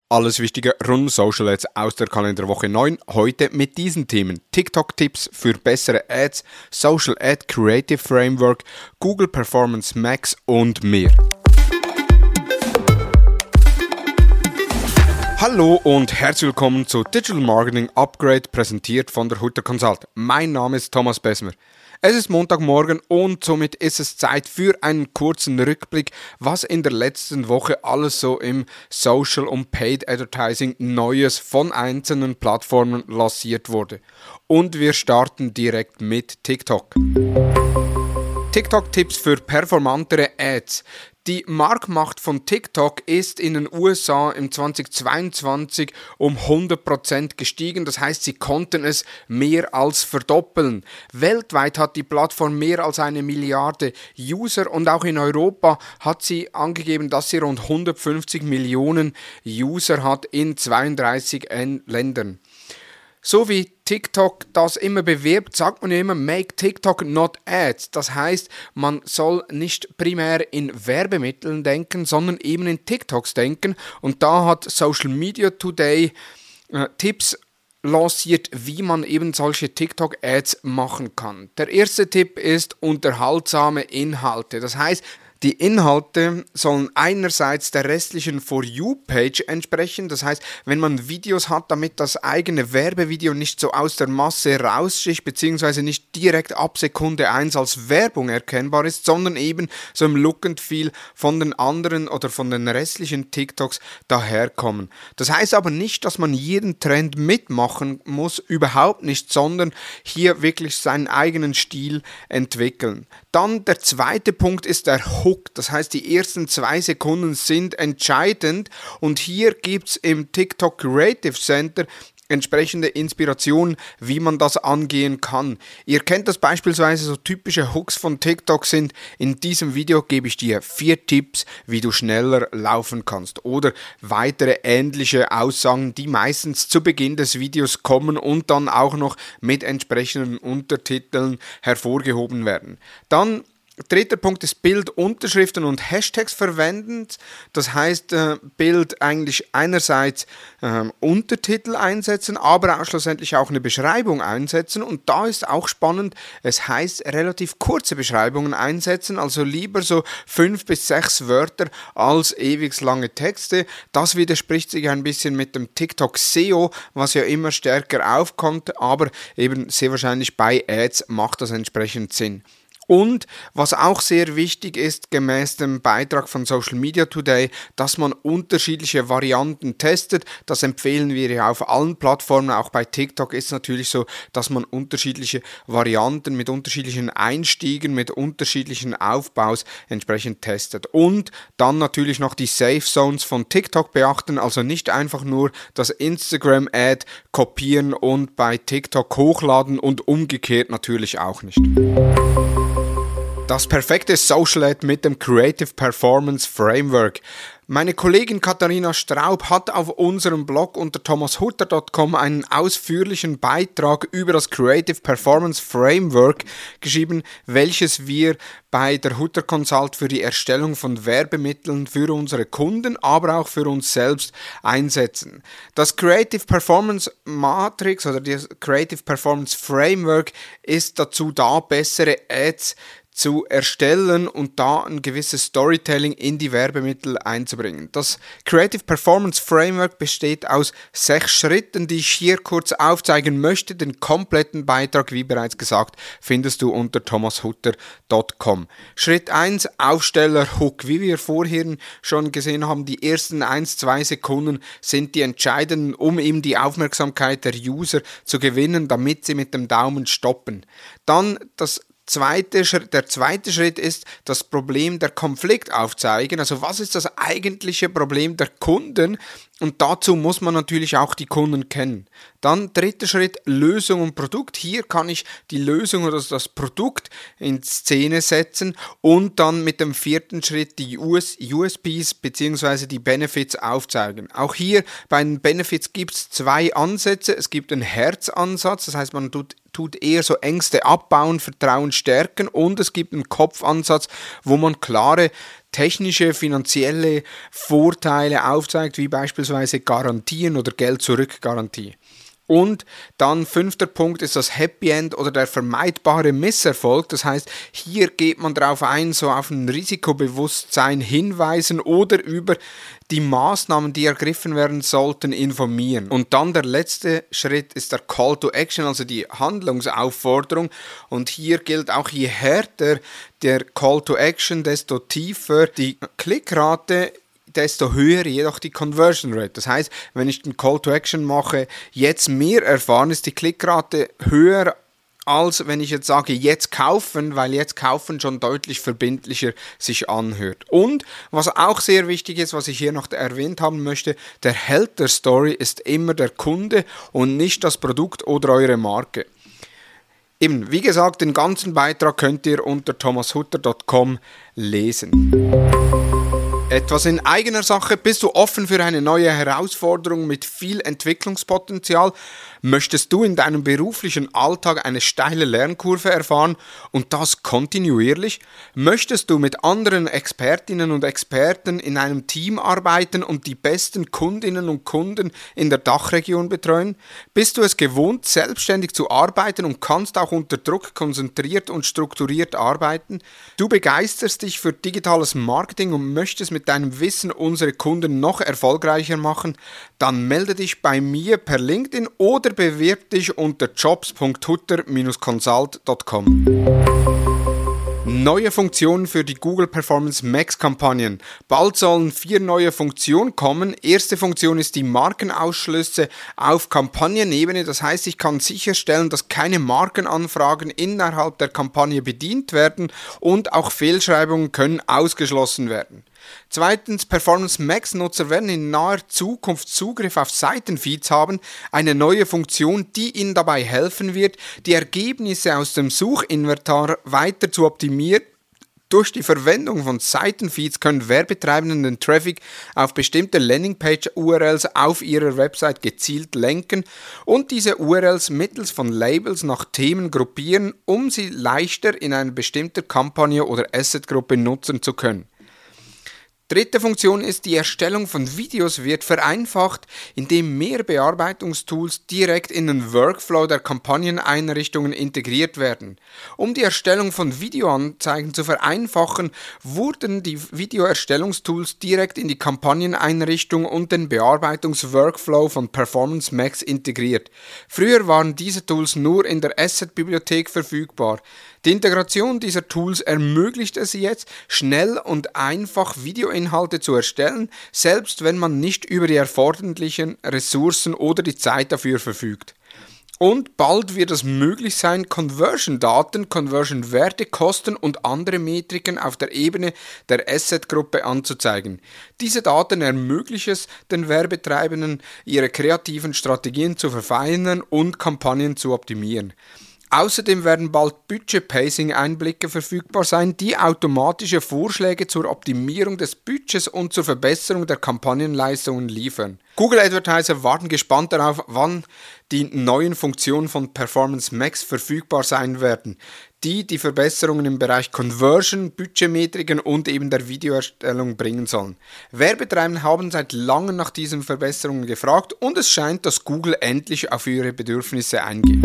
Alles Wichtige rund um Social Ads aus der Kalenderwoche 9. Heute mit diesen Themen: TikTok-Tipps für bessere Ads, Social Ad Creative Framework, Google Performance Max und mehr. Hallo und herzlich willkommen zu Digital Marketing Upgrade, präsentiert von der Hutter Consult. Mein Name ist Thomas Besmer. Es ist Montagmorgen und somit ist es Zeit für einen kurzen Rückblick, was in der letzten Woche alles so im Social und Paid Advertising Neues von einzelnen Plattformen lanciert wurde. Und wir starten direkt mit TikTok. TikTok-Tipps für performantere Ads. Die Marktmacht von TikTok ist in den USA im 2022 um 100% gestiegen. Das heißt, sie konnten es mehr als verdoppeln. Weltweit hat die Plattform mehr als 1 Milliarde User und auch in Europa hat sie angegeben, dass sie rund 150 Millionen User hat in 32 Ländern. So wie TikTok das immer bewirbt, sagt man ja immer, make TikTok not ads. Das heißt, man soll nicht primär in Werbemitteln denken, sondern eben in TikToks denken. Und da hat Social Media Today Tipps lanciert, wie man eben solche TikTok-Ads machen kann. Der erste Tipp ist unterhaltsame Inhalte. Das heißt, die Inhalte sollen einerseits der restlichen For You-Page entsprechen, das heißt, wenn man Videos hat, damit das eigene Werbevideo nicht so aus der Masse raussticht, beziehungsweise nicht direkt ab Sekunde 1 als Werbung erkennbar ist, sondern eben so im Look and Feel von den anderen oder von den restlichen TikToks daherkommen. Das heißt aber nicht, dass man jeden Trend mitmachen muss, überhaupt nicht, sondern hier wirklich seinen eigenen Stil entwickeln. Dann der zweite Punkt ist der Hook, das heißt, die ersten 2 Sekunden sind entscheidend und hier gibt es im TikTok Creative Center entsprechende Inspiration, wie man das angehen kann. Ihr kennt das beispielsweise, so typische Hooks von TikTok sind: in diesem Video gebe ich dir 4 Tipps, wie du schneller laufen kannst, oder weitere ähnliche Aussagen, die meistens zu Beginn des Videos kommen und dann auch noch mit entsprechenden Untertiteln hervorgehoben werden. Dann dritter Punkt ist Bild, Unterschriften und Hashtags verwenden. Das heißt, Bild eigentlich einerseits Untertitel einsetzen, aber auch schlussendlich auch eine Beschreibung einsetzen. Und da ist auch spannend, es heißt relativ kurze Beschreibungen einsetzen, also lieber so 5 bis 6 Wörter als ewig lange Texte. Das widerspricht sich ein bisschen mit dem TikTok SEO, was ja immer stärker aufkommt, aber eben sehr wahrscheinlich bei Ads macht das entsprechend Sinn. Und was auch sehr wichtig ist, gemäß dem Beitrag von Social Media Today, dass man unterschiedliche Varianten testet. Das empfehlen wir ja auf allen Plattformen. Auch bei TikTok ist es natürlich so, dass man unterschiedliche Varianten mit unterschiedlichen Einstiegen, mit unterschiedlichen Aufbaus entsprechend testet. Und dann natürlich noch die Safe Zones von TikTok beachten. Also nicht einfach nur das Instagram-Ad kopieren und bei TikTok hochladen und umgekehrt natürlich auch nicht. Das perfekte Social Ad mit dem Creative Performance Framework. Meine Kollegin Katharina Straub hat auf unserem Blog unter thomashutter.com einen ausführlichen Beitrag über das Creative Performance Framework geschrieben, welches wir bei der Hutter Consult für die Erstellung von Werbemitteln für unsere Kunden, aber auch für uns selbst einsetzen. Das Creative Performance Matrix oder das Creative Performance Framework ist dazu da, bessere Ads zu erstellen und da ein gewisses Storytelling in die Werbemittel einzubringen. Das Creative Performance Framework besteht aus 6 Schritten, die ich hier kurz aufzeigen möchte. Den kompletten Beitrag, wie bereits gesagt, findest du unter thomashutter.com. Schritt 1, Aufsteller-Hook. Wie wir vorhin schon gesehen haben, die ersten 1-2 Sekunden sind die entscheidenden, um eben die Aufmerksamkeit der User zu gewinnen, damit sie mit dem Daumen stoppen. Dann der zweite Schritt ist das Problem der Konflikt aufzeigen. Also was ist das eigentliche Problem der Kunden? Und dazu muss man natürlich auch die Kunden kennen. Dann dritter Schritt, Lösung und Produkt. Hier kann ich die Lösung oder das Produkt in Szene setzen und dann mit dem vierten Schritt die USPs bzw. die Benefits aufzeigen. Auch hier bei den Benefits gibt es 2 Ansätze. Es gibt einen Herzansatz, das heißt, man tut eher so Ängste abbauen, Vertrauen stärken, und es gibt einen Kopfansatz, wo man klare technische, finanzielle Vorteile aufzeigt, wie beispielsweise Garantien oder Geld-Zurück-Garantie. Und dann 5. Punkt ist das Happy End oder der vermeidbare Misserfolg. Das heißt, hier geht man darauf ein, so auf ein Risikobewusstsein hinweisen oder über die Maßnahmen, die ergriffen werden sollten, informieren. Und dann der letzte Schritt ist der Call to Action, also die Handlungsaufforderung. Und hier gilt auch, je härter der Call to Action, desto tiefer die Klickrate, desto höher jedoch die Conversion Rate. Das heißt, wenn ich den Call to Action mache, jetzt mehr erfahren, ist die Klickrate höher, als wenn ich jetzt sage, jetzt kaufen, weil jetzt kaufen schon deutlich verbindlicher sich anhört. Und was auch sehr wichtig ist, was ich hier noch erwähnt haben möchte, der Held der Story ist immer der Kunde und nicht das Produkt oder eure Marke. Eben, wie gesagt, den ganzen Beitrag könnt ihr unter thomashutter.com lesen. Etwas in eigener Sache, bist du offen für eine neue Herausforderung mit viel Entwicklungspotenzial? Möchtest du in deinem beruflichen Alltag eine steile Lernkurve erfahren und das kontinuierlich? Möchtest du mit anderen Expertinnen und Experten in einem Team arbeiten und die besten Kundinnen und Kunden in der Dachregion betreuen? Bist du es gewohnt, selbstständig zu arbeiten und kannst auch unter Druck konzentriert und strukturiert arbeiten? Du begeisterst dich für digitales Marketing und möchtest mit deinem Wissen unsere Kunden noch erfolgreicher machen? Dann melde dich bei mir per LinkedIn oder bewirb dich unter jobs.hutter-consult.com. Neue Funktionen für die Google Performance Max Kampagnen. Bald sollen 4 neue Funktionen kommen. Erste Funktion ist die Markenausschlüsse auf Kampagnenebene. Das heißt, ich kann sicherstellen, dass keine Markenanfragen innerhalb der Kampagne bedient werden und auch Fehlschreibungen können ausgeschlossen werden. Zweitens, Performance Max Nutzer werden in naher Zukunft Zugriff auf Seitenfeeds haben, eine neue Funktion, die ihnen dabei helfen wird, die Ergebnisse aus dem Suchinventar weiter zu optimieren. Durch die Verwendung von Seitenfeeds können Werbetreibenden den Traffic auf bestimmte Landingpage-URLs auf ihrer Website gezielt lenken und diese URLs mittels von Labels nach Themen gruppieren, um sie leichter in einer bestimmten Kampagne oder Assetgruppe nutzen zu können. Dritte Funktion ist, die Erstellung von Videos wird vereinfacht, indem mehr Bearbeitungstools direkt in den Workflow der Kampagneneinrichtungen integriert werden. Um die Erstellung von Videoanzeigen zu vereinfachen, wurden die Videoerstellungstools direkt in die Kampagneneinrichtung und den Bearbeitungsworkflow von Performance Max integriert. Früher waren diese Tools nur in der Asset-Bibliothek verfügbar. Die Integration dieser Tools ermöglicht es jetzt, schnell und einfach Videoinhalte zu erstellen, selbst wenn man nicht über die erforderlichen Ressourcen oder die Zeit dafür verfügt. Und bald wird es möglich sein, Conversion-Daten, Conversion-Werte, Kosten und andere Metriken auf der Ebene der Asset-Gruppe anzuzeigen. Diese Daten ermöglichen es den Werbetreibenden, ihre kreativen Strategien zu verfeinern und Kampagnen zu optimieren. Außerdem werden bald Budget-Pacing-Einblicke verfügbar sein, die automatische Vorschläge zur Optimierung des Budgets und zur Verbesserung der Kampagnenleistungen liefern. Google Advertiser warten gespannt darauf, wann die neuen Funktionen von Performance Max verfügbar sein werden, die Verbesserungen im Bereich Conversion, Budgetmetriken und eben der Videoerstellung bringen sollen. Werbetreibende haben seit langem nach diesen Verbesserungen gefragt und es scheint, dass Google endlich auf ihre Bedürfnisse eingeht.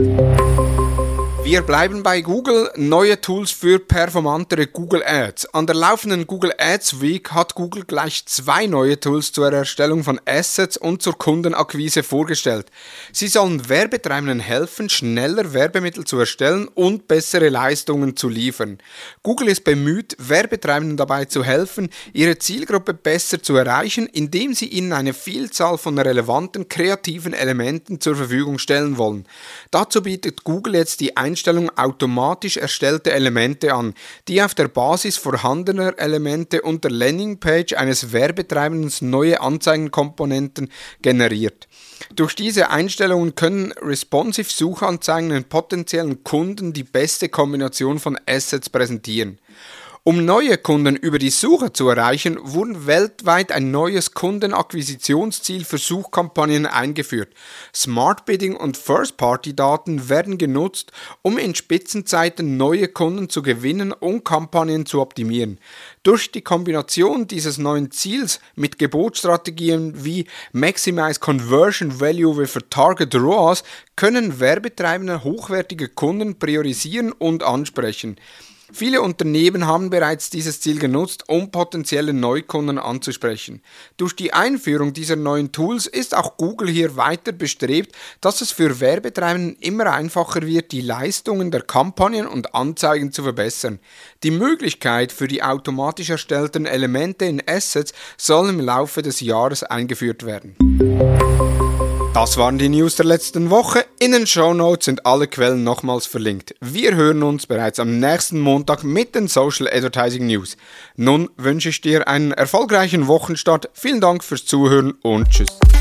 Wir bleiben bei Google, neue Tools für performantere Google Ads. An der laufenden Google Ads Week hat Google gleich 2 neue Tools zur Erstellung von Assets und zur Kundenakquise vorgestellt. Sie sollen Werbetreibenden helfen, schneller Werbemittel zu erstellen und bessere Leistungen zu liefern. Google ist bemüht, Werbetreibenden dabei zu helfen, ihre Zielgruppe besser zu erreichen, indem sie ihnen eine Vielzahl von relevanten, kreativen Elementen zur Verfügung stellen wollen. Dazu bietet Google jetzt die Einstellung automatisch erstellte Elemente an, die auf der Basis vorhandener Elemente und der Landingpage eines Werbetreibenden neue Anzeigenkomponenten generiert. Durch diese Einstellungen können responsive Suchanzeigen den potenziellen Kunden die beste Kombination von Assets präsentieren. Um neue Kunden über die Suche zu erreichen, wurden weltweit ein neues Kundenakquisitionsziel für Suchkampagnen eingeführt. Smart Bidding und First-Party-Daten werden genutzt, um in Spitzenzeiten neue Kunden zu gewinnen und Kampagnen zu optimieren. Durch die Kombination dieses neuen Ziels mit Gebotsstrategien wie Maximize Conversion Value with a Target ROAS können Werbetreibende hochwertige Kunden priorisieren und ansprechen. Viele Unternehmen haben bereits dieses Ziel genutzt, um potenzielle Neukunden anzusprechen. Durch die Einführung dieser neuen Tools ist auch Google hier weiter bestrebt, dass es für Werbetreibenden immer einfacher wird, die Leistungen der Kampagnen und Anzeigen zu verbessern. Die Möglichkeit für die automatisch erstellten Elemente in Assets soll im Laufe des Jahres eingeführt werden. Das waren die News der letzten Woche. In den Shownotes sind alle Quellen nochmals verlinkt. Wir hören uns bereits am nächsten Montag mit den Social Advertising News. Nun wünsche ich dir einen erfolgreichen Wochenstart. Vielen Dank fürs Zuhören und tschüss.